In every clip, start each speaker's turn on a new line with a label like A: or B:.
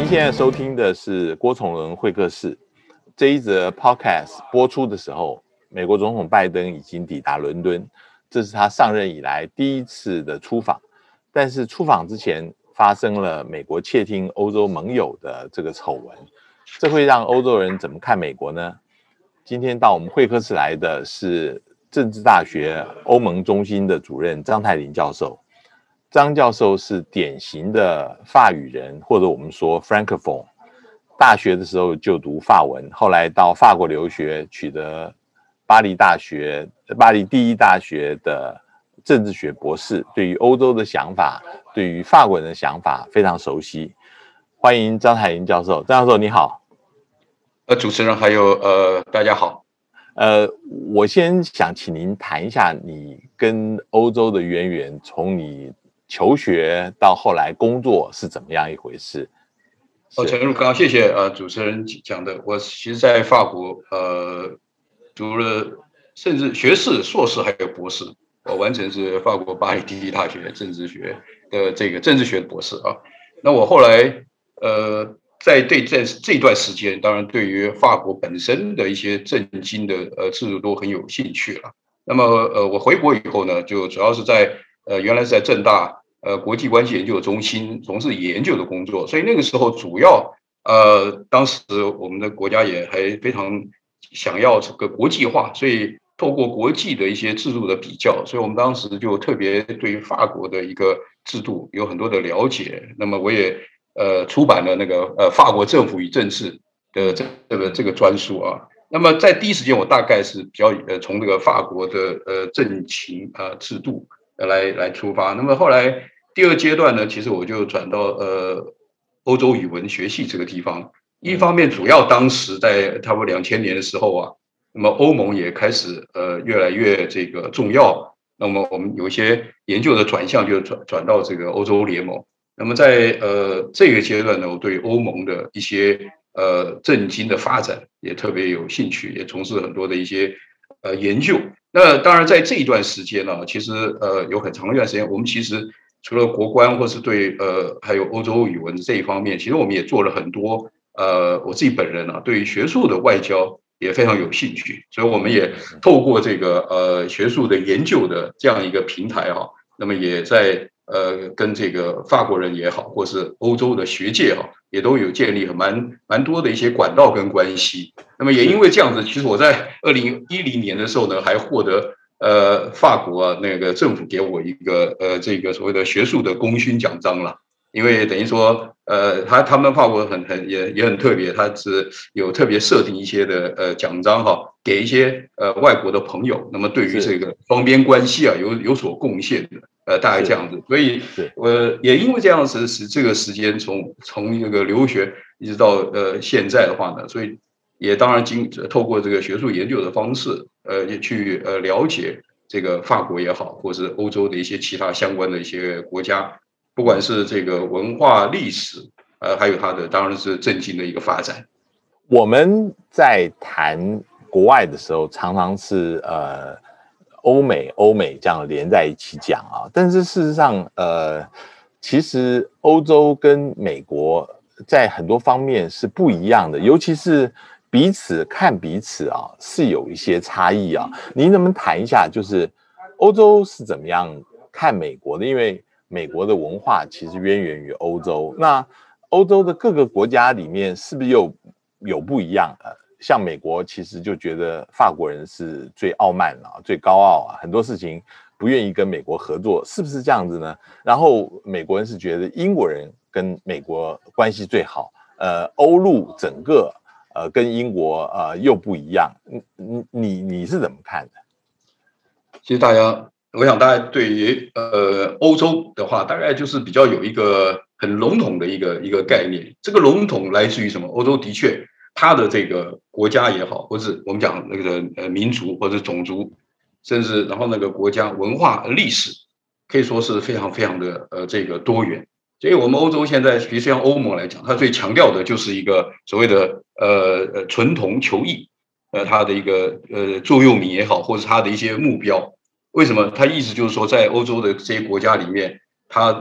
A: 现在收听的是郭崇伦会客室。这一则 podcast 播出的时候，美国总统拜登已经抵达伦敦，这是他上任以来第一次的出访。但是出访之前发生了美国窃听欧洲盟友的这个丑闻，这会让欧洲人怎么看美国呢？今天到我们会客室来的是政治大学欧盟中心的主任张泰霖教授。张教授是典型的法语人，或者我们说 Francophone。大学的时候就读法文，后来到法国留学，取得巴黎第一大学的政治学博士，对于欧洲的想法，对于法国人的想法非常熟悉。欢迎张泰霖教授。张教授你好。
B: 主持人还有大家好。
A: 我先想请您谈一下你跟欧洲的渊源，从你求学到后来工作是怎么样一回事？
B: 陈如刚谢谢主持人讲的。我其实在法国读了甚至学士、硕士还有博士，我完全是法国巴黎第一大学政治学的这个政治学博士啊。那我后来在这段时间，当然对于法国本身的一些政经的制度都很有兴趣了。那么我回国以后呢，就主要是在原来是在政大国际关系研究中心从事研究的工作，所以那个时候主要当时我们的国家也还非常想要这个国际化，所以透过国际的一些制度的比较，所以我们当时就特别对于法国的一个制度有很多的了解。那么我也出版了那个法国政府与政治的这个专书啊。那么在第一时间，我大概是比较从这个法国的政情制度来出发。那么后来第二阶段呢，其实我就转到欧洲语文学系这个地方。一方面，主要当时在差不多2000年的时候啊，那么欧盟也开始越来越这个重要。那么我们有一些研究的转向，就转到这个欧洲联盟。那么在这个阶段呢，我对欧盟的一些政经的发展也特别有兴趣，也从事很多的一些研究。那当然在这一段时间呢，其实有很长一段时间，我们其实除了国关或是对还有欧洲语文这一方面，其实我们也做了很多我自己本人啊，对于学术的外交也非常有兴趣，所以我们也透过这个学术的研究的这样一个平台哈，那么也在跟这个法国人也好，或是欧洲的学界哈，也都有建立蛮多的一些管道跟关系。那么也因为这样子，其实我在2010年的时候呢，还获得法国那个政府给我一个这个所谓的学术的功勋奖章了。因为等于说他们法国也很特别，他是有特别设定一些的奖章哈，给一些外国的朋友，那么对于这个双边关系啊有所贡献的大概这样子。所以也因为这样子使这个时间从一个留学一直到现在的话呢，所以也当然透过这个学术研究的方式也去了解这个法国也好，或是欧洲的一些其他相关的一些国家。不管是这个文化历史，还有它的当然是政经的一个发展。
A: 我们在谈国外的时候，常常是欧美这样连在一起讲啊，但是事实上其实欧洲跟美国在很多方面是不一样的，尤其是彼此看彼此啊是有一些差异啊。您能不能谈一下，就是欧洲是怎么样看美国的？因为美国的文化其实渊源于欧洲，那欧洲的各个国家里面是不是有不一样？像美国其实就觉得法国人是最傲慢啊，最高傲啊，很多事情不愿意跟美国合作，是不是这样子呢？然后美国人是觉得英国人跟美国关系最好，欧陆整个跟英国又不一样，你是怎么看的？
B: 其实我想大家对于欧洲的话，大概就是比较有一个很笼统的一个概念。这个笼统来自于什么？欧洲的确，它的这个国家也好，或是我们讲那个民族或者种族，甚至然后那个国家文化历史，可以说是非常非常的这个多元。所以我们欧洲现在，比如像欧盟来讲，它最强调的就是一个所谓的存同求异，它的一个座右铭也好，或者它的一些目标。为什么？它意思就是说，在欧洲的这些国家里面，它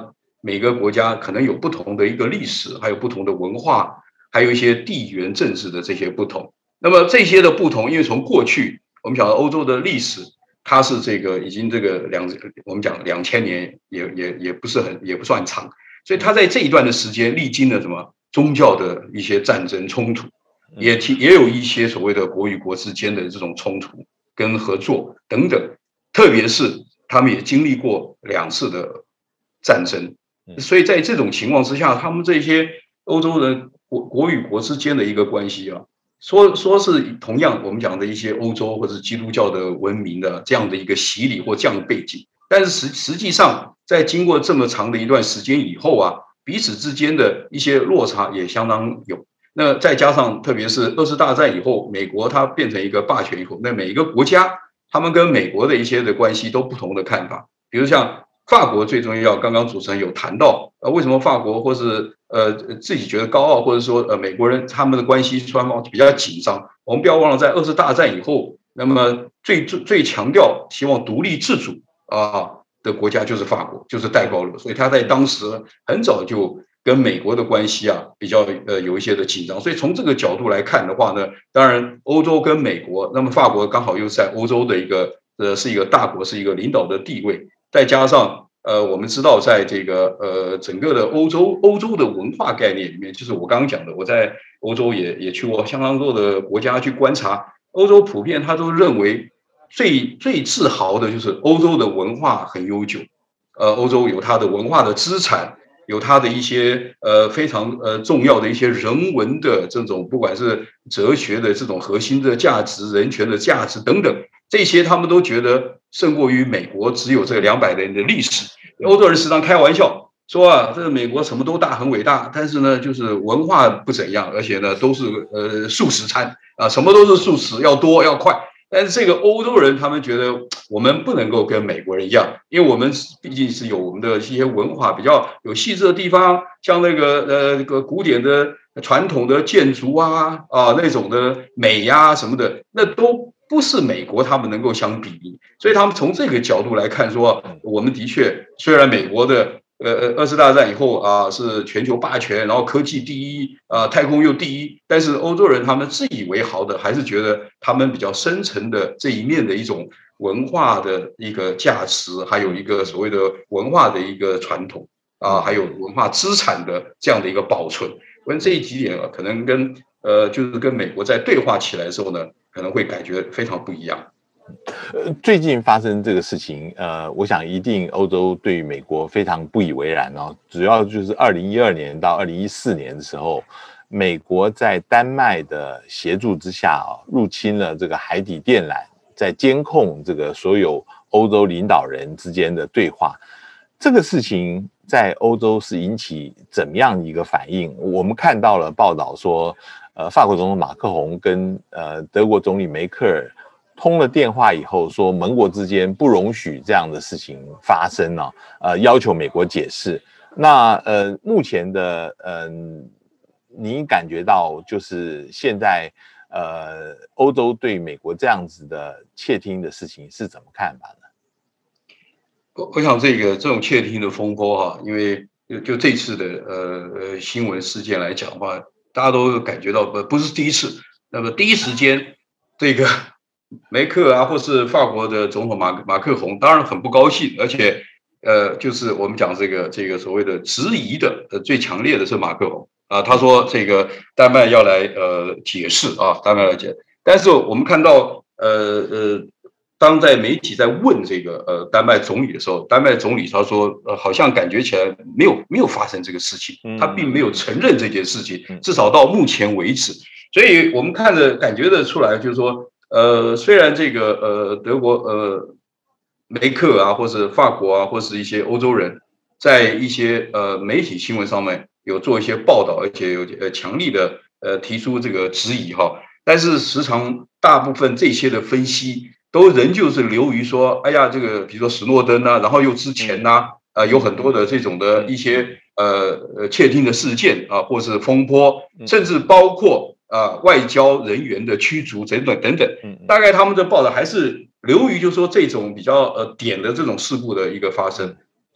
B: 每个国家可能有不同的一个历史，还有不同的文化，还有一些地缘政治的这些不同。那么这些的不同，因为从过去我们讲欧洲的历史，它是这个已经这个我们讲2000年也不是也不算长，所以它在这一段的时间历经了什么宗教的一些战争冲突，也有一些所谓的国与国之间的这种冲突跟合作等等，特别是他们也经历过2次的战争，所以在这种情况之下，他们这些欧洲人国与国之间的一个关系啊。说是同样我们讲的一些欧洲或者基督教的文明的这样的一个洗礼或这样的背景，但是实际上在经过这么长的一段时间以后啊，彼此之间的一些落差也相当有。那再加上特别是2次大战以后，美国它变成一个霸权以后，那每一个国家他们跟美国的一些的关系都不同的看法，比如像法国最重要，刚刚主持人有谈到，为什么法国或是自己觉得高傲，或者说美国人他们的关系双方比较紧张？我们不要忘了，在2次大战以后，那么最强调希望独立自主的国家就是法国，就是戴高乐，所以他在当时很早就跟美国的关系比较有一些的紧张。所以从这个角度来看的话呢，当然欧洲跟美国，那么法国刚好又在欧洲的一个是一个大国，是一个领导的地位。再加上我们知道，在这个整个的欧洲的文化概念里面，就是我刚刚讲的，我在欧洲也去过相当多的国家去观察，欧洲普遍他都认为最自豪的就是欧洲的文化很悠久，欧洲有它的文化的资产，有它的一些非常重要的一些人文的这种，不管是哲学的这种核心的价值、人权的价值等等。这些他们都觉得胜过于美国只有这个200年的历史。欧洲人时常开玩笑说这个美国什么都大很伟大，但是呢，就是文化不怎样，而且呢都是素食餐什么都是素食，要多要快。但是这个欧洲人他们觉得我们不能够跟美国人一样，因为我们毕竟是有我们的一些文化比较有细致的地方，像那个古典的传统的建筑那种的美什么的，那都不是美国他们能够相比拟。所以他们从这个角度来看说，我们的确虽然美国的2次大战以后是全球霸权，然后科技第一太空又第一，但是欧洲人他们自以为豪的还是觉得他们比较深层的这一面的一种文化的一个价值，还有一个所谓的文化的一个传统还有文化资产的这样的一个保存。我们这一几点可能就是跟美国在对话起来的时候呢，可能会感觉非常不一样。
A: 最近发生这个事情，我想一定欧洲对于美国非常不以为然主要就是2012年到2014年的时候，美国在丹麦的协助之下入侵了这个海底电缆，在监控这个所有欧洲领导人之间的对话。这个事情在欧洲是引起怎么样一个反应？我们看到了报道说，法国总统马克宏跟德国总理梅克尔通了电话以后，说盟国之间不容许这样的事情发生要求美国解释。那目前的你感觉到就是现在欧洲对美国这样子的窃听的事情是怎么看法呢？
B: 我想这种窃听的风波因为就这次的新闻事件来讲的话，大家都感觉到不是第一次。那么第一时间这个梅克或是法国的总统马克宏当然很不高兴，而且就是我们讲这个所谓的质疑的最强烈的是马克宏他说这个丹麦要来解释丹麦来解释。但是我们看到当在媒体在问这个丹麦总理的时候，丹麦总理他说好像感觉起来没有发生这个事情，他并没有承认这件事情，至少到目前为止。所以我们感觉得出来，就是说虽然这个德国梅克或是法国或是一些欧洲人在一些媒体新闻上面有做一些报道，而且有强力的提出这个质疑但是时常大部分这些的分析都仍旧是流于说，哎呀，这个比如说史诺登然后又之前有很多的这种的一些窃听的事件或是风波，甚至包括外交人员的驱逐等等等等。大概他们的报道还是流于就是说这种比较点的这种事故的一个发生。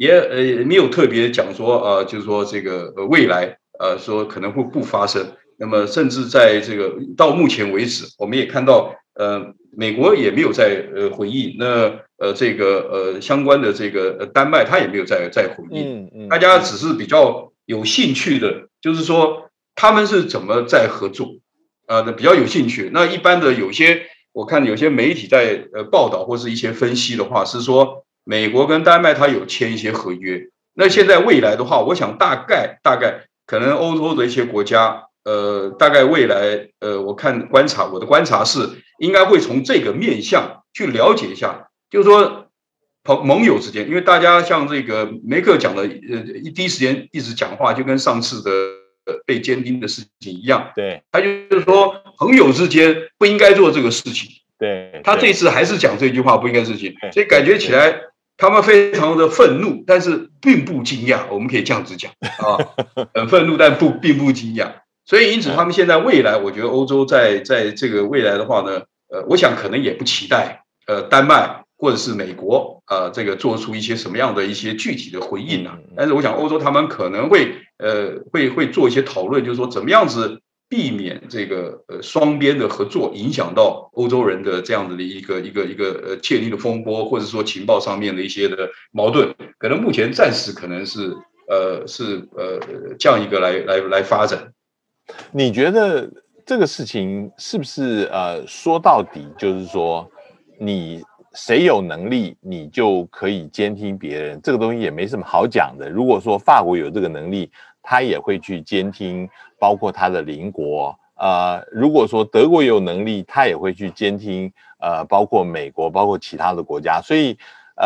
B: 也没有特别讲说就是说这个未来说可能会不发生。那么甚至在这个到目前为止，我们也看到美国也没有在回应，那这个相关的这个丹麦他也没有在回应，大家只是比较有兴趣的，就是说他们是怎么在合作比较有兴趣。那一般的有些我看有些媒体在报道或是一些分析的话，是说美国跟丹麦它有签一些合约。那现在未来的话，我想大概可能欧洲的一些国家，大概未来我的观察是，应该会从这个面向去了解一下，就是说盟友之间，因为大家像这个梅克讲的，第一时间一直讲话，就跟上次的被监听的事情一样，
A: 对，
B: 他就是说朋友之间不应该做这个事情。
A: 对，
B: 他这次还是讲这句话不应该事情，所以感觉起来他们非常的愤怒，但是并不惊讶，我们可以这样子讲很愤怒，但并不惊讶。所以因此他们现在未来，我觉得欧洲在这个未来的话呢，我想可能也不期待丹麦或者是美国这个做出一些什么样的一些具体的回应但是我想欧洲他们可能会做一些讨论，就是说怎么样子避免这个双边的合作影响到欧洲人的这样子的一个窃听的风波，或者说情报上面的一些的矛盾，可能目前暂时可能是这样一个来发展。
A: 你觉得这个事情是不是说到底就是说你谁有能力你就可以监听别人，这个东西也没什么好讲的。如果说法国有这个能力，他也会去监听包括他的邻国，如果说德国有能力，他也会去监听包括美国，包括其他的国家。所以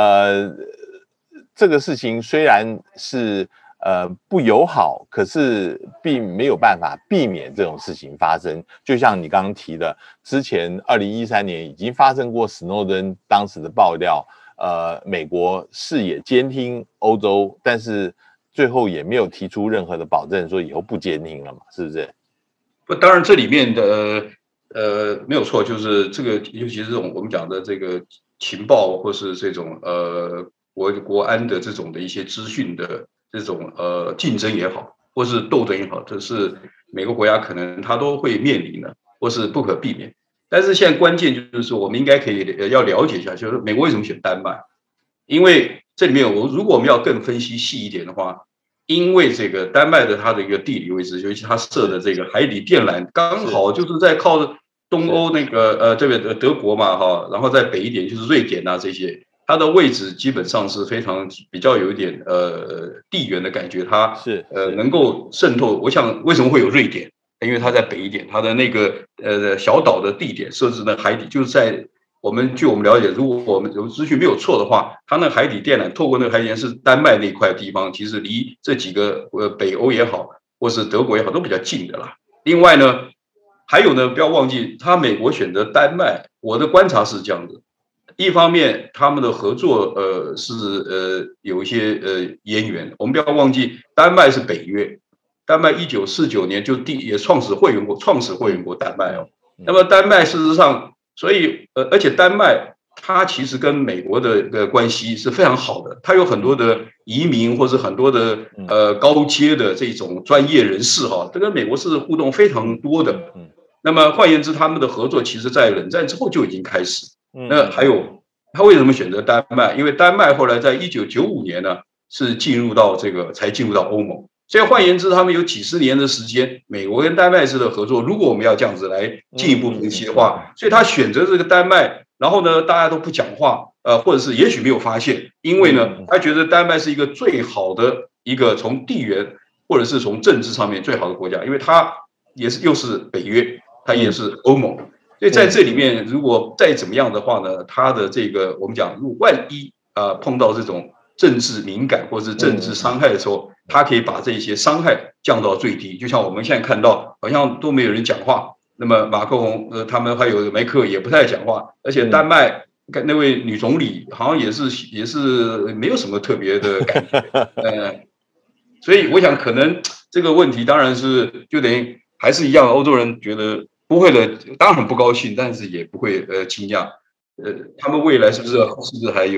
A: 这个事情虽然是不友好，可是并没有办法避免这种事情发生。就像你刚刚提的，之前2013年已经发生过史诺登当时的爆料，美国是也监听欧洲，但是最后也没有提出任何的保证，说以后不监听了嘛，是不是？
B: 不，当然这里面的没有错，就是这个，尤其是这种我们讲的这个情报或是这种国安的这种的一些资讯的这种竞争也好，或是斗争也好，这是每个国家可能它都会面临的，或是不可避免。但是现在关键就是说，我们应该可以要了解一下，就是美国为什么选丹麦？因为这里面如果我们要更分析细一点的话，因为这个丹麦的它的一个地理位置，尤其它设的这个海底电缆，刚好就是在靠东欧那个这边的德国嘛哈，然后再北一点就是瑞典啊这些，它的位置基本上是非常比较有一点地缘的感觉，它能够渗透。我想为什么会有瑞典？因为它在北一点，它的那个小岛的地点设置在海底，就是在据我们了解，如果我们有资讯没有错的话，它那海底电缆透过那个海底电缆是丹麦那块地方，其实离这几个北欧也好，或是德国也好，都比较近的啦。另外呢，还有呢，不要忘记，美国选择丹麦，我的观察是这样的：一方面他们的合作是有一些渊源，我们不要忘记，丹麦是北约，丹麦1949年就也创始会员国丹麦哦。那么丹麦事实上。所以，而且丹麦它其实跟美国的关系是非常好的，它有很多的移民或者很多的高阶的这种专业人士哈，这跟美国是互动非常多的。那么换言之，他们的合作其实在冷战之后就已经开始。那还有他为什么选择丹麦？因为丹麦后来在1995年呢是才进入到欧盟。所以换言之，他们有几十年的时间，美国跟丹麦式的合作。如果我们要这样子来进一步分析的话，所以他选择这个丹麦，然后呢，大家都不讲话，或者是也许没有发现，因为呢，他觉得丹麦是一个最好的一个从地缘或者是从政治上面最好的国家，因为它又是北约，它也是欧盟，所以在这里面，如果再怎么样的话呢，它的这个我们讲，如果万一碰到这种政治敏感或是政治伤害的时候，他可以把这些伤害降到最低。就像我们现在看到，好像都没有人讲话。那么马克宏他们还有梅克也不太讲话，而且丹麦那位女总理好像也是没有什么特别的感觉。所以我想可能这个问题当然是就等于还是一样，欧洲人觉得不会的，当然很不高兴，但是也不会惊讶。他们未来是不是还有？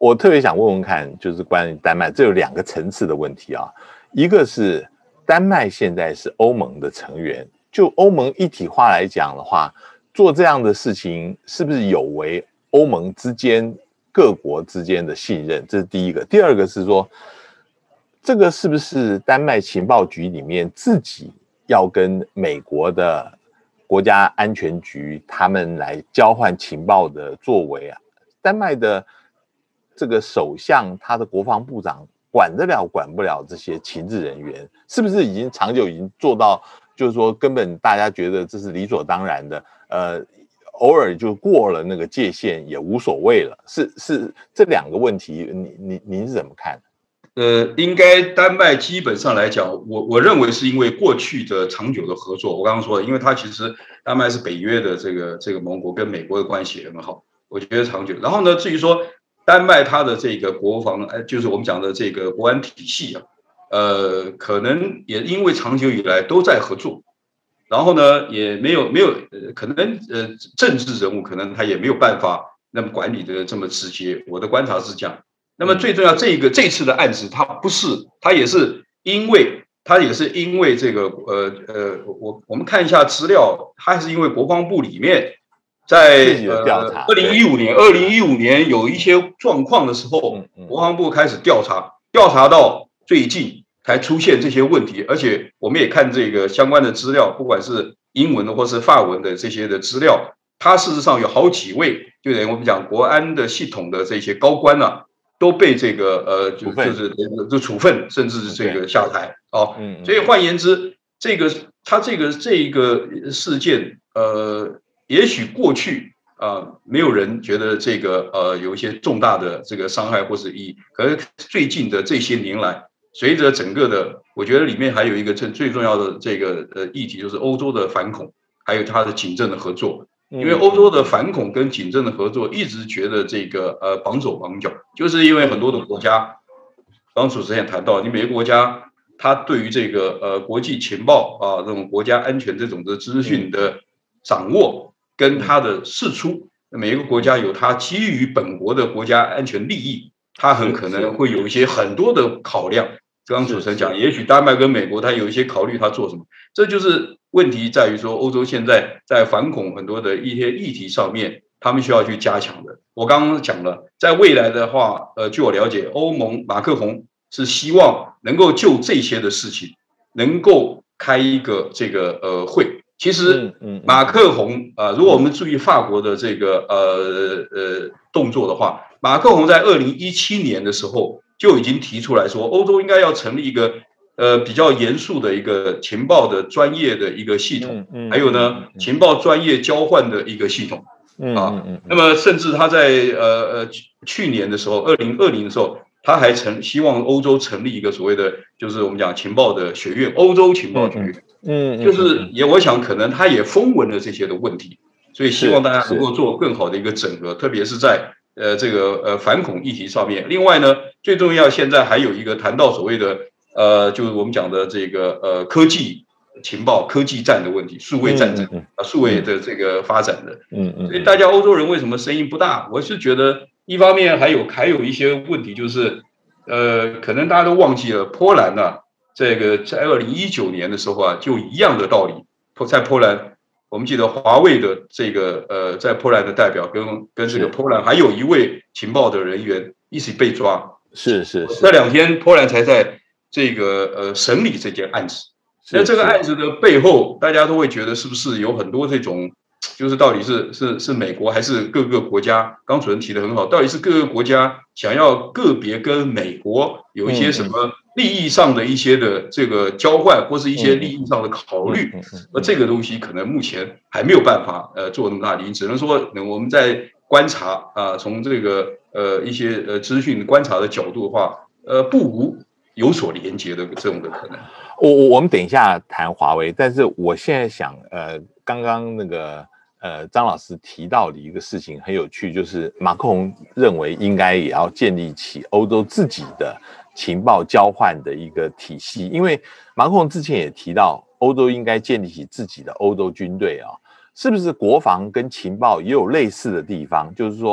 A: 我特别想问问看，就是关于丹麦，这有2个层次的问题啊。一个是丹麦现在是欧盟的成员，就欧盟一体化来讲的话，做这样的事情是不是有违欧盟之间各国之间的信任？这是第一个。第二个是说，这个是不是丹麦情报局里面自己要跟美国的国家安全局他们来交换情报的作为啊？丹麦的这个首相，他的国防部长管得了管不了这些情治人员，是不是已经长久已经做到，就是说根本大家觉得这是理所当然的，偶尔就过了那个界限也无所谓了，是这2个问题，您是怎么看？
B: 应该丹麦基本上来讲，我认为是因为过去的长久的合作，我刚刚说的，因为它其实丹麦是北约的这个盟国，跟美国的关系也很好，我觉得长久。然后呢，至于说丹麦它的这个国防，就是我们讲的这个国安体系啊，可能也因为长久以来都在合作，然后呢，也没有可能政治人物可能他也没有办法那么管理的这么直接，我的观察是这样。那么最重要，这次的案子，它也是因为这个我们看一下资料，它是因为国防部里面在2015年有一些状况的时候，国防部开始调查到最近才出现这些问题，而且我们也看这个相关的资料，不管是英文的或是法文的这些的资料，它事实上有好几位，就等于我们讲国安的系统的这些高官啊。都被这个就处分，甚至是这个下台哦。所以换言之，这个事件，也许过去没有人觉得这个有一些重大的这个伤害或是意义，可是最近的这些年来，随着整个的，我觉得里面还有一个最重要的这个议题，就是欧洲的反恐，还有它的警政的合作。因为欧洲的反恐跟警政的合作，一直觉得这个绑手绑脚，就是因为很多的国家，刚主持人也谈到，你每个国家它对于这个国际情报啊这种国家安全这种的资讯的掌握跟它的释出，每一个国家有它基于本国的国家安全利益，它很可能会有一些很多的考量。刚主持人讲，也许丹麦跟美国它有一些考虑，它做什么，这就是问题在于说，欧洲现在在反恐很多的一些议题上面，他们需要去加强的。我刚刚讲了，在未来的话，据我了解，欧盟马克宏是希望能够就这些的事情，能够开一个这个会。其实马克宏如果我们注意法国的这个动作的话，马克宏在2017年的时候就已经提出来说，欧洲应该要成立一个比较严肃的一个情报的专业的一个系统，还有呢情报专业交换的一个系统那么甚至他在去年的时候，2020的时候，他还希望欧洲成立一个所谓的就是我们讲情报的学院，欧洲情报学院，就是我想可能他也风闻了这些的问题，所以希望大家能够做更好的一个整合，特别是在这个反恐议题上面。另外呢，最重要现在还有一个谈到所谓的就是我们讲的这个科技情报、科技战的问题，数位战争数位的这个发展的，所以大家欧洲人为什么声音不大？我是觉得一方面还有一些问题，就是可能大家都忘记了，波兰这个在2019年的时候就一样的道理，在波兰。我们记得华为的这个在波兰的代表跟这个波兰还有一位情报的人员一起被抓，
A: 是这
B: 2天波兰才在这个审理这件案子。那这个案子的背后，大家都会觉得是不是有很多这种，就是到底是美国还是各个国家？刚主任提的很好，到底是各个国家想要个别跟美国有一些什么利益上的一些的这个交换，或是一些利益上的考虑，而这个东西可能目前还没有办法做那么大的，只能说我们在观察从这个一些资讯观察的角度的话，不无有所连结的这种的可能。
A: 我们等一下谈华为，但是我现在想刚刚那个张老师提到的一个事情很有趣，就是马克宏认为应该也要建立起欧洲自己的情报交换的一个体系，因为马克宏之前也提到，欧洲应该建立起自己的欧洲军队是不是国防跟情报也有类似的地方？就是说，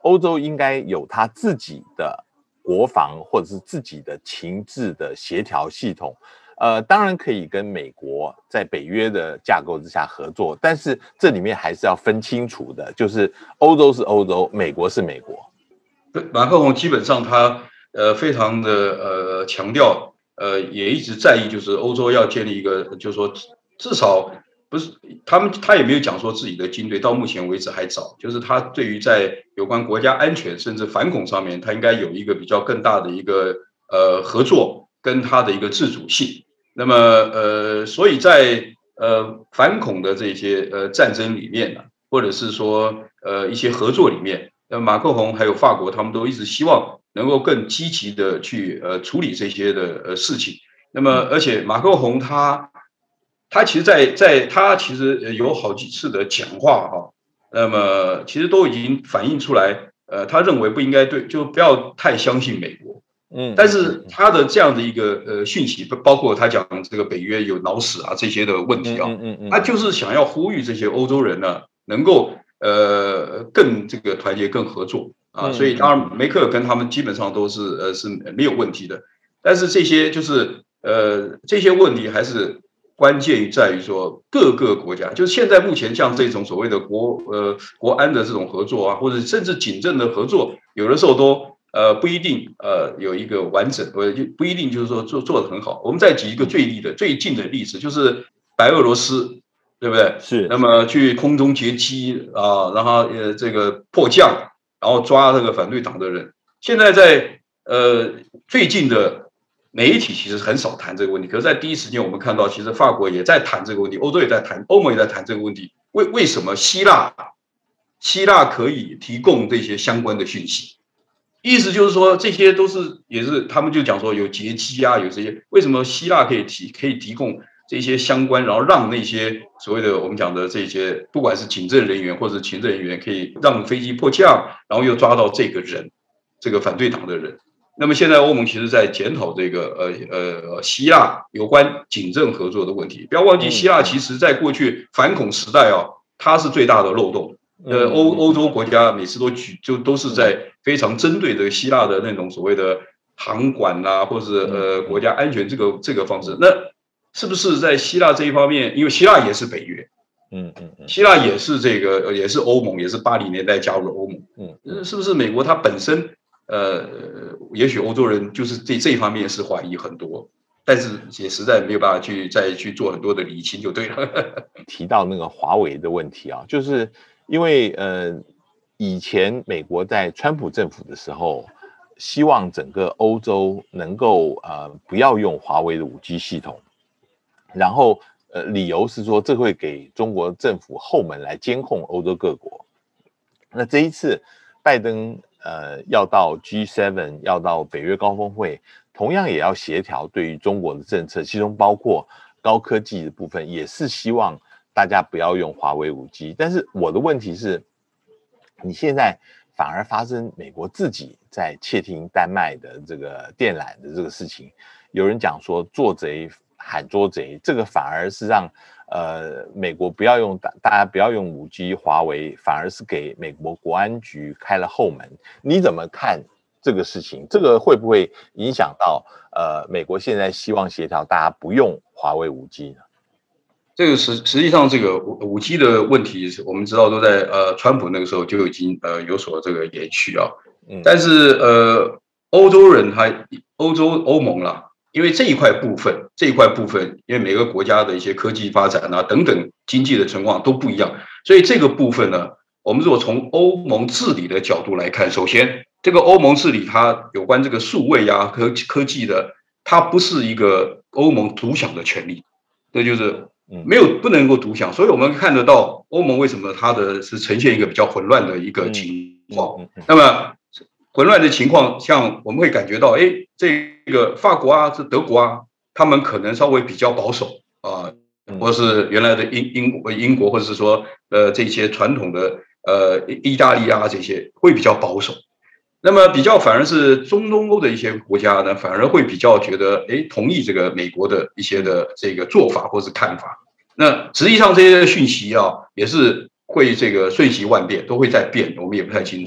A: 欧洲应该有它自己的国防或者是自己的情治的协调系统。当然可以跟美国在北约的架构之下合作，但是这里面还是要分清楚的，就是欧洲是欧洲，美国是美国。
B: 马克宏基本上他非常的强调，也一直在意，就是欧洲要建立一个，就是说至少不是他也没有讲说自己的军队到目前为止还早，就是他对于在有关国家安全甚至反恐上面，他应该有一个比较更大的一个合作跟他的一个自主性。那么所以在反恐的这些战争里面呢，或者是说一些合作里面。马克宏还有法国，他们都一直希望能够更积极的去处理这些的事情。那么，而且马克宏他其实他其实有好几次的讲话哈，那么其实都已经反映出来，他认为不应该就不要太相信美国。但是他的这样的一个讯息，包括他讲这个北约有脑死啊这些的问题啊，他就是想要呼吁这些欧洲人呢，能够更这个团结、更合作啊。所以当然梅克尔跟他们基本上都是是没有问题的，但是这些就是这些问题还是关键于在于说各个国家，就是现在目前像这种所谓的国安的这种合作啊，或者甚至警政的合作，有的时候都。不一定有一个完整，不一定就是说做得很好。我们再举一个最近的例子，就是白俄罗斯，对不对？
A: 是。
B: 那么去空中截击啊，然后这个迫降，然后抓这个反对党的人。现在在最近的媒体其实很少谈这个问题，可是，在第一时间我们看到，其实法国也在谈这个问题，欧洲也在谈，欧盟也在谈这个问题。为什么希腊可以提供这些相关的讯息？意思就是说，这些都是也是他们就讲说有劫机啊，有这些，为什么希腊可以提供这些相关，然后让那些所谓的我们讲的这些，不管是警政人员或者行政人员，可以让飞机迫降，然后又抓到这个人，这个反对党的人。那么现在欧盟其实在检讨这个希腊有关警政合作的问题。不要忘记，希腊其实在过去反恐时代啊，它是最大的漏洞。欧洲国家每次都是在非常针对这个希腊的那种所谓的航管啊，或者国家安全这个方式。那是不是在希腊这一方面，因为希腊也是北约，希腊也是也是欧盟，也是80年代加入了欧盟，是不是美国它本身也许欧洲人就是这一方面是怀疑很多。但是也实在没有办法再去做很多的理清就对了。
A: 提到那个华为的问题啊，就是因为以前美国在川普政府的时候，希望整个欧洲能够不要用华为的5G 系统，然后理由是说这会给中国政府后门来监控欧洲各国。那这一次拜登要到 G7， 要到北约高峰会，同样也要协调对于中国的政策，其中包括高科技的部分，也是希望大家不要用华为5G。但是我的问题是，你现在反而发生美国自己在窃听丹麦的这个电缆的这个事情，有人讲说做贼喊捉贼，这个反而是让美国不要用大家不要用5G 华为，反而是给美国国安局开了后门。你怎么看这个事情？这个会不会影响到美国现在希望协调大家不用华为5G 呢？
B: 这个实际上这个5G 的问题，我们知道都在川普那个时候就已经有所这个延续啊。但是欧洲人欧盟啦，因为这一块部分，因为每个国家的一些科技发展啊等等经济的情况都不一样，所以这个部分呢，我们如果从欧盟治理的角度来看，首先这个欧盟治理它有关这个数位啊科技的，它不是一个欧盟独享的权利，这就是不能够独享，所以我们看得到欧盟为什么它是呈现一个比较混乱的一个情况。那么混乱的情况，像我们会感觉到，这个法国啊，这德国啊，他们可能稍微比较保守啊，或是原来的英国，或者是说这些传统的意大利啊这些会比较保守。那么比较反而是中东欧的一些国家呢，反而会比较觉得，同意这个美国的一些的这个做法或是看法。那实际上这些讯息啊，也是会这个瞬息万变，都会在变，我们也不太清楚。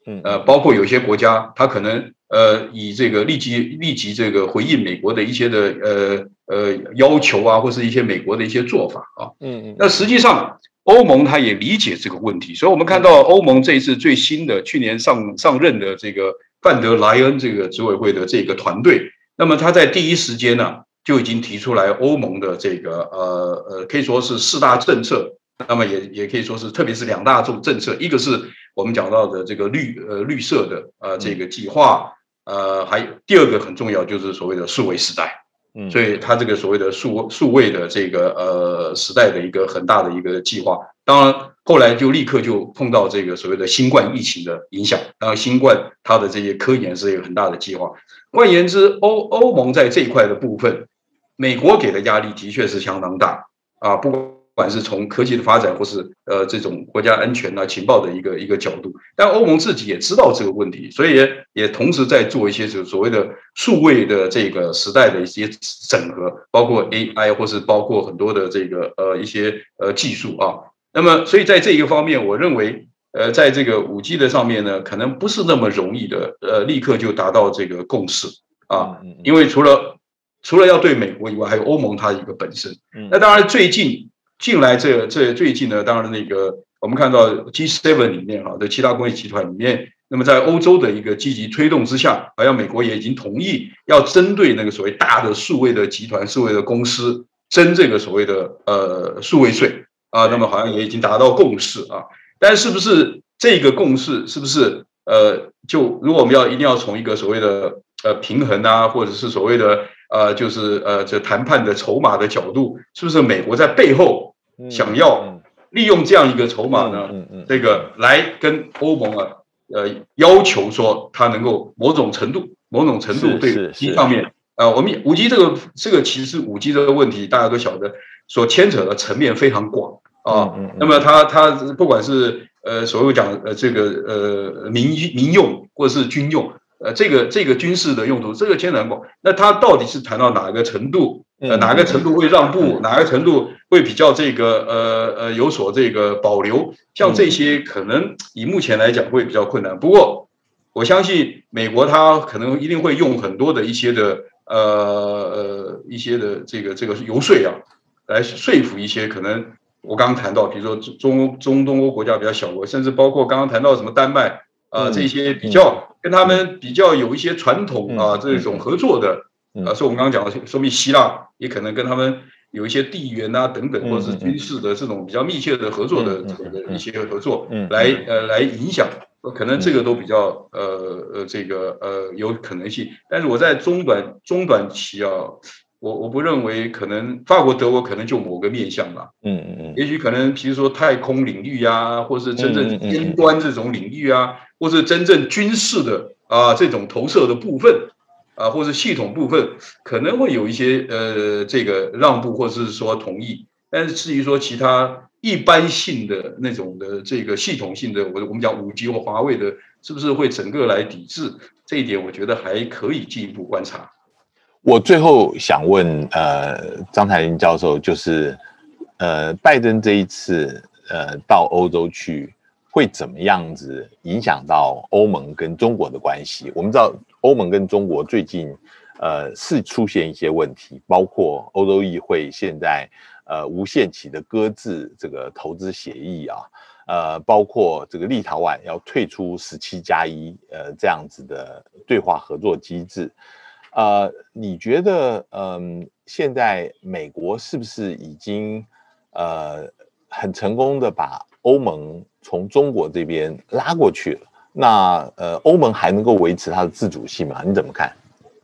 B: 包括有些国家，它可能以这个立即这个回应美国的一些的要求啊，或是一些美国的一些做法啊。那实际上欧盟它也理解这个问题，所以我们看到欧盟这一次最新的去年上任的这个范德莱恩这个执委会的这个团队，那么他在第一时间呢就已经提出来欧盟的这个可以说是4大政策。那么也可以说是，特别是2大政策，一个是我们讲到的这个绿色的这个计划，还第二个很重要就是所谓的数位时代，所以它这个所谓的数位的这个时代的一个很大的一个计划，当然后来就立刻就碰到这个所谓的新冠疫情的影响，当然新冠它的这些科研是一个很大的计划。换言之，欧盟在这一块的部分，美国给的压力的确是相当大啊，不管是从科技的发展，或是这种国家安全啊、情报的一个角度，但欧盟自己也知道这个问题，所以也同时在做一些所谓的数位的这个时代的一些整合，包括 AI 或是包括很多的这个一些技术啊。那么，所以在这一个方面，我认为在这个5G 的上面呢，可能不是那么容易的立刻就达到这个共识啊，因为除了要对美国以外，还有欧盟它一个本身。那当然近来这最近呢，当然那个我们看到 G7 里面的7大工业集团里面，那么在欧洲的一个积极推动之下，好像美国也已经同意要针对那个所谓大的数位的集团、数位的公司征这个所谓的数位税啊，那么好像也已经达到共识啊。但是不是这个共识是不是就如果我们一定要从一个所谓的平衡啊，或者是所谓的就是这谈判的筹码的角度，是不是美国在背后想要利用这样一个筹码呢？这个来跟欧盟要求说，它能够某种程度对5G上面我们5G 这个其实5G 这个问题大家都晓得，所牵扯的层面非常广啊。那么它不管是所谓讲这个民用或者是军用。这个军事的用途，这个牵扯很广。那它到底是谈到哪个程度？哪个程度会让步？哪个程度会比较这个有所这个保留？像这些可能以目前来讲会比较困难。不过我相信美国它可能一定会用很多的一些的一些的这个游说啊，来说服一些可能我刚刚谈到，比如说中东欧国家比较小国，甚至包括刚刚谈到什么丹麦。这些比较跟他们比较有一些传统这种合作的，所以我们刚刚讲的，说明希腊也可能跟他们有一些地缘啊等等，或者是军事的这种比较密切的合作的一些合作，来影响，可能这个都比较这个有可能性。但是我在中短期啊。我不认为可能法国、德国可能就某个面向吧，也许可能比如说太空领域啊，或是真正尖端这种领域啊，或是真正军事的这种投射的部分或是系统部分，可能会有一些这个让步或是说同意，但是至于说其他一般性的那种的这个系统性的，我们讲5G 或华为的，是不是会整个来抵制？这一点我觉得还可以进一步观察。
A: 我最后想问张台林教授，就是拜登这一次到欧洲去会怎么样子影响到欧盟跟中国的关系？我们知道欧盟跟中国最近是出现一些问题，包括欧洲议会现在无限期的搁置这个投资协议啊，包括这个立陶宛要退出17+1这样子的对话合作机制。你觉得现在美国是不是已经很成功的把欧盟从中国这边拉过去了？那欧盟还能够维持它的自主性吗？你怎么看？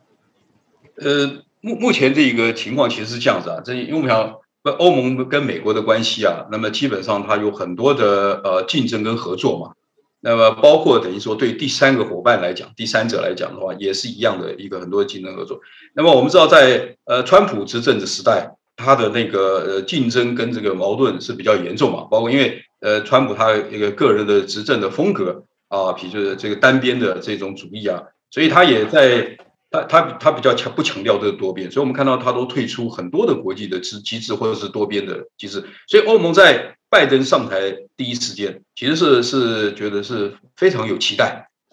B: 目前这个情况其实是这样子啊，因为我们讲欧盟跟美国的关系啊，那么基本上它有很多的竞争跟合作嘛。那么包括等于说对第三个伙伴来讲，第三者来讲的话，也是一样的一个很多的竞争合作。那么我们知道，在川普执政的时代，他的那个竞争跟这个矛盾是比较严重嘛，包括因为川普他一个个人的执政的风格比如这个单边的这种主义所以他也在他比较不强调这个多边，所以我们看到他都退出很多的国际的机制或者是多边的机制，所以欧盟在拜登上台第一时间，其实是觉得是非常有期待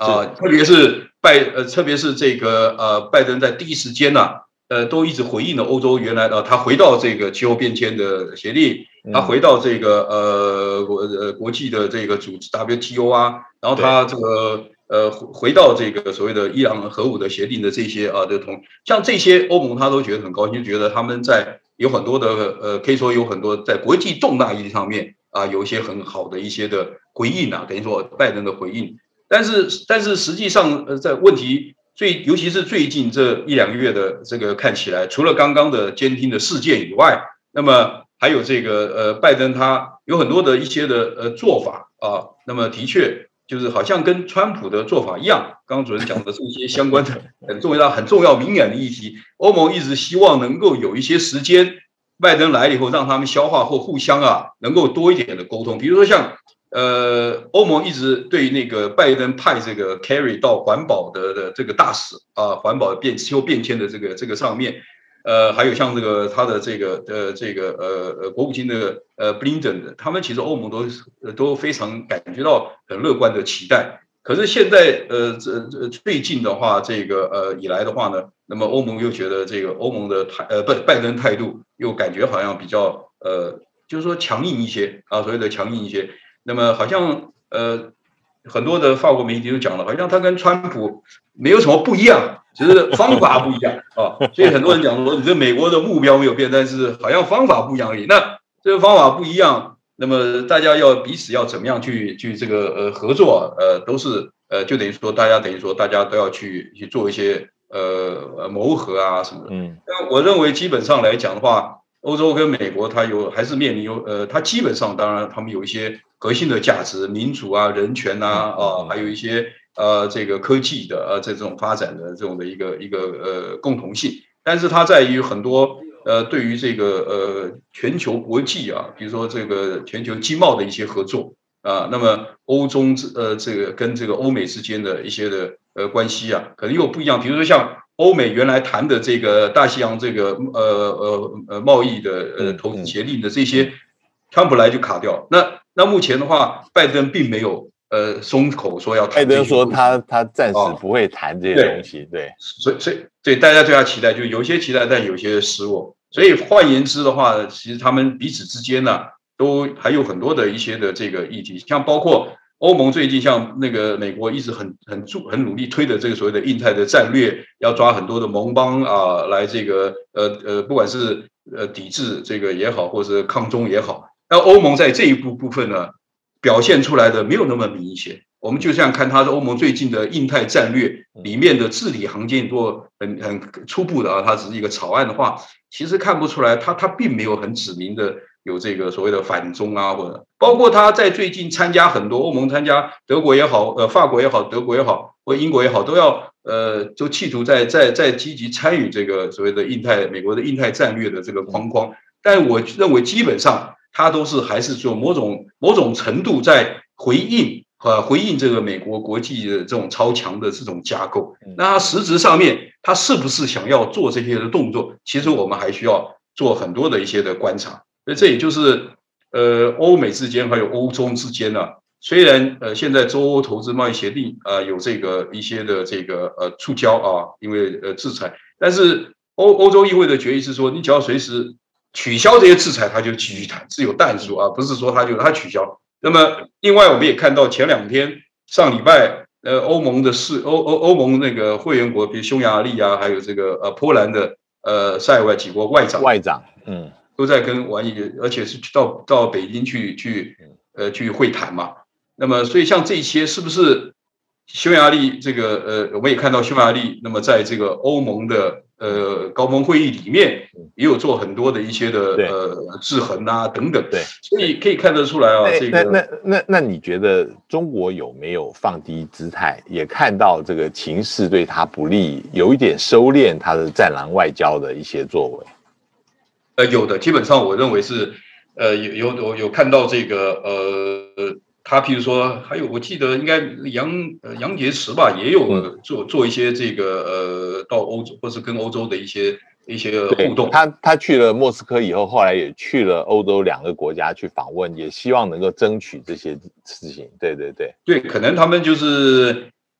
B: 特别是这个拜登在第一时间呢、都一直回应了欧洲原来他回到这个气候变迁的协定，他回到这个国际的这个组织 WTO 啊，然后他这个回到这个所谓的伊朗核武的协定的这些像这些欧盟他都觉得很高兴，觉得他们在有很多的可以说有很多在国际重大议题上面有一些很好的一些的回应等于说拜登的回应。但是实际上在问题尤其是最近这1-2个月的这个看起来，除了刚刚的监听的事件以外，那么还有这个拜登他有很多的一些的做法那么的确就是好像跟川普的做法一样，刚刚主任讲的这些相关的很重要敏感的议题，欧盟一直希望能够有一些时间，拜登来了以后让他们消化或互相能够多一点的沟通，比如说像欧盟一直对那个拜登派这个 Kerry 到环保的这个大使环保气候变迁的这个上面，还有像这个他的这个国务卿的Blinken 的，他们其实欧盟都非常感觉到很乐观的期待。可是现在最近的话，这个以来的话呢，那么欧盟又觉得这个欧盟的拜登态度又感觉好像比较就是说强硬一些所谓的强硬一些。那么好像很多的法国媒体都讲了，好像他跟川普没有什么不一样，只是方法不一样所以很多人讲说，你这美国的目标没有变，但是好像方法不一样而已。那这个方法不一样，那么大家彼此要怎么样去这个合作都是就等于说大家都要去做一些谋合什么的。那我认为基本上来讲的话，欧洲跟美国它还是面临它基本上当然他们有一些核心的价值，民主人权还有一些这个科技的这种发展的这种的一个共同性，但是它在于很多对于这个全球国际比如说这个全球经贸的一些合作那么欧中这个跟这个欧美之间的一些的关系可能又不一样，比如说像欧美原来谈的这个大西洋这个贸易的投资协定的这些，川普来就卡掉。那目前的话，拜登并没有松口说要谈。
A: 拜登说他暂时不会谈这些东西，对。
B: 所以大家对他期待，就有些期待，但有些失落。所以换言之的话，其实他们彼此之间都还有很多的一些的这个议题，像包括欧盟最近像那个美国一直很努力推的这个所谓的印太的战略，要抓很多的盟邦来这个不管是抵制这个也好，或者是抗中也好，那欧盟在这一部分呢表现出来的没有那么明显。我们就像看他的欧盟最近的印太战略里面的字里行间都很初步的它只是一个草案的话，其实看不出来他并没有很指明的有这个所谓的反中或者包括他在最近参加很多欧盟参加德国也好法国也好德国也好或英国也好都要就企图在积极参与这个所谓的美国的印太战略的这个框框，但我认为基本上他都是还是做某种程度在回应这个美国国际的这种超强的这种架构，那它实质上面它是不是想要做这些的动作，其实我们还需要做很多的一些的观察。所以这也就是欧美之间还有欧中之间虽然现在中欧投资贸易协定有这个一些的这个触礁因为制裁，但是欧洲议会的决议是说，你只要随时取消这些制裁，他就继续谈，是有弹数不是说他取消。那么，另外我们也看到前2天上礼拜，欧盟那个会员国，比如匈牙利还有这个波兰的塞外几国外长，都在跟王毅，而且是到北京去会谈嘛。那么，所以像这些是不是匈牙利这个我们也看到匈牙利，那么在这个欧盟的高峰会议里面也有做很多的一些的制衡等等，
A: 对，
B: 所以可以看得出来这个
A: 那你觉得中国有没有放低姿态，也看到这个情势对他不利，有一点收敛他的战狼外交的一些作为？
B: 有的，基本上我认为是有看到这个他譬如说还有我记得应该杨洁篪吧，也有做一些这个到欧洲或是跟欧洲的一些互动。
A: 他去了莫斯科以后，后来也去了欧洲2个国家去访问，也希望能够争取这些事情。对，
B: 可能他们就是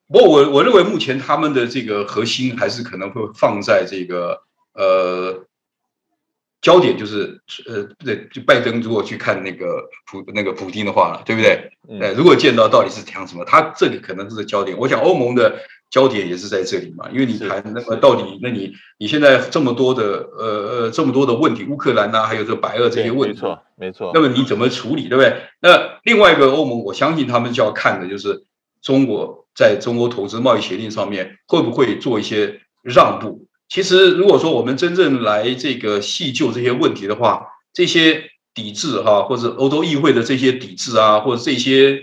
B: 不过我认为目前他们的这个核心还是可能会放在这个焦点就是对，就拜登如果去看那个普丁的话了，对不对？如果见到底是讲什么，他这里可能是焦点。我想欧盟的焦点也是在这里嘛，因为你谈那么到底，那你现在这么多的问题，乌克兰啊，还有这白俄这些问题，
A: 没错。
B: 那么你怎么处理，对不对？那另外一个欧盟，我相信他们就要看的就是中国在中欧投资贸易协定上面会不会做一些让步。其实，如果说我们真正来这个细究这些问题的话，这些抵制哈，或者欧洲议会的这些抵制啊，或者这些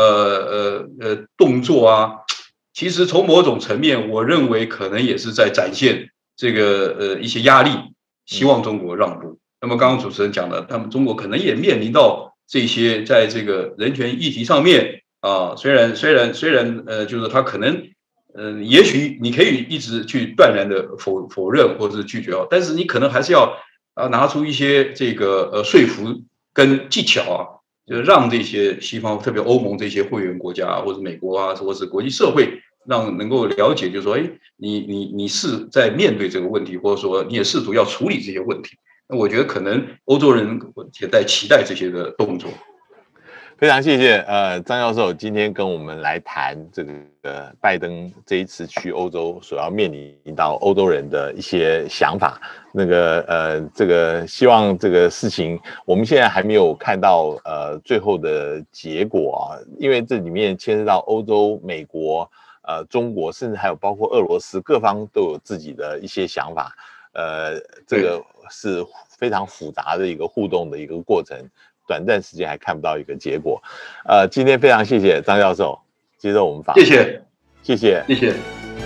B: 动作啊，其实从某种层面，我认为可能也是在展现这个一些压力，希望中国让步。那么刚刚主持人讲的，他们中国可能也面临到这些在这个人权议题上面啊，虽然就是他可能。也许你可以一直去断然的否认或者是拒绝哦，但是你可能还是要拿出一些这个说服跟技巧啊，就是让这些西方，特别欧盟这些会员国家或者美国啊，或者是国际社会，让能够了解，就是说，哎，你是在面对这个问题，或者说你也试图要处理这些问题。那我觉得可能欧洲人也在期待这些的动作。
A: 非常谢谢张教授今天跟我们来谈这个拜登这一次去欧洲所要面临到欧洲人的一些想法。这个希望这个事情我们现在还没有看到最后的结果啊，因为这里面牵涉到欧洲、美国、中国，甚至还有包括俄罗斯，各方都有自己的一些想法。这个是非常复杂的一个互动的一个过程。短暂时间还看不到一个结果，今天非常谢谢张教授接受我们访问，谢谢。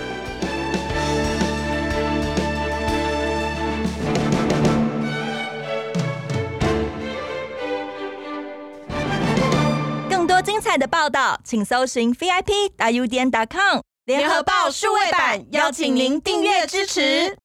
C: 更多精彩的报道，请搜寻 VIP.UDN.com 联合报数位版，邀请您订阅支持。